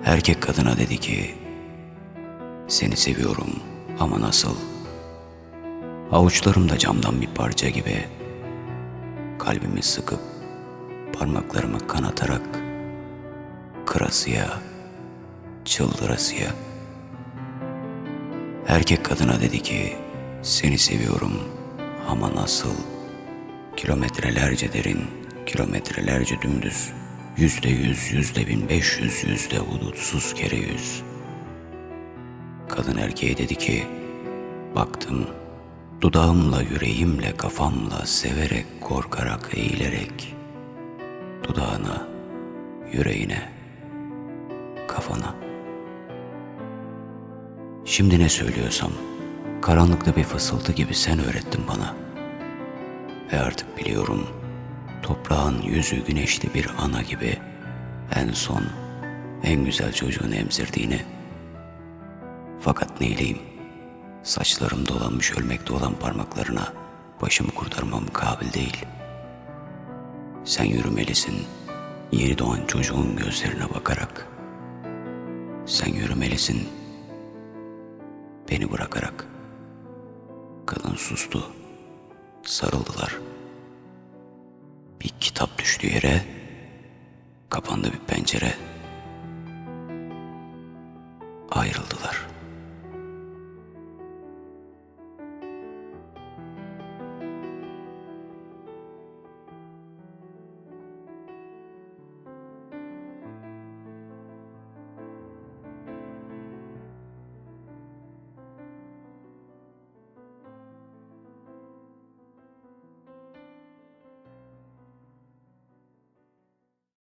Erkek kadına dedi ki, seni seviyorum ama nasıl? Avuçlarımda camdan bir parça gibi, kalbimi sıkıp parmaklarımı kanatarak, kırasıya, çıldırasıya. Erkek kadına dedi ki, seni seviyorum ama nasıl? Kilometrelerce derin, kilometrelerce dümdüz, %100, %1500, hudutsuz kere yüz. Kadın erkeğe dedi ki, baktım, dudağımla, yüreğimle, kafamla, severek, korkarak, eğilerek, dudağına, yüreğine, kafana. Şimdi ne söylüyorsam, karanlıkta bir fısıltı gibi sen öğrettin bana. Ve artık biliyorum, toprağın yüzü güneşli bir ana gibi en son, en güzel çocuğunu emzirdiğini. Fakat neyleyim, saçlarım dolanmış ölmekte olan parmaklarına başımı kurtarmam kabil değil. Sen yürümelisin, yeni doğan çocuğun gözlerine bakarak. Sen yürümelisin, beni bırakarak. Kadın sustu, sarıldılar. Bir kitap düştü yere, kapandı bir pencere. Ayrıldılar.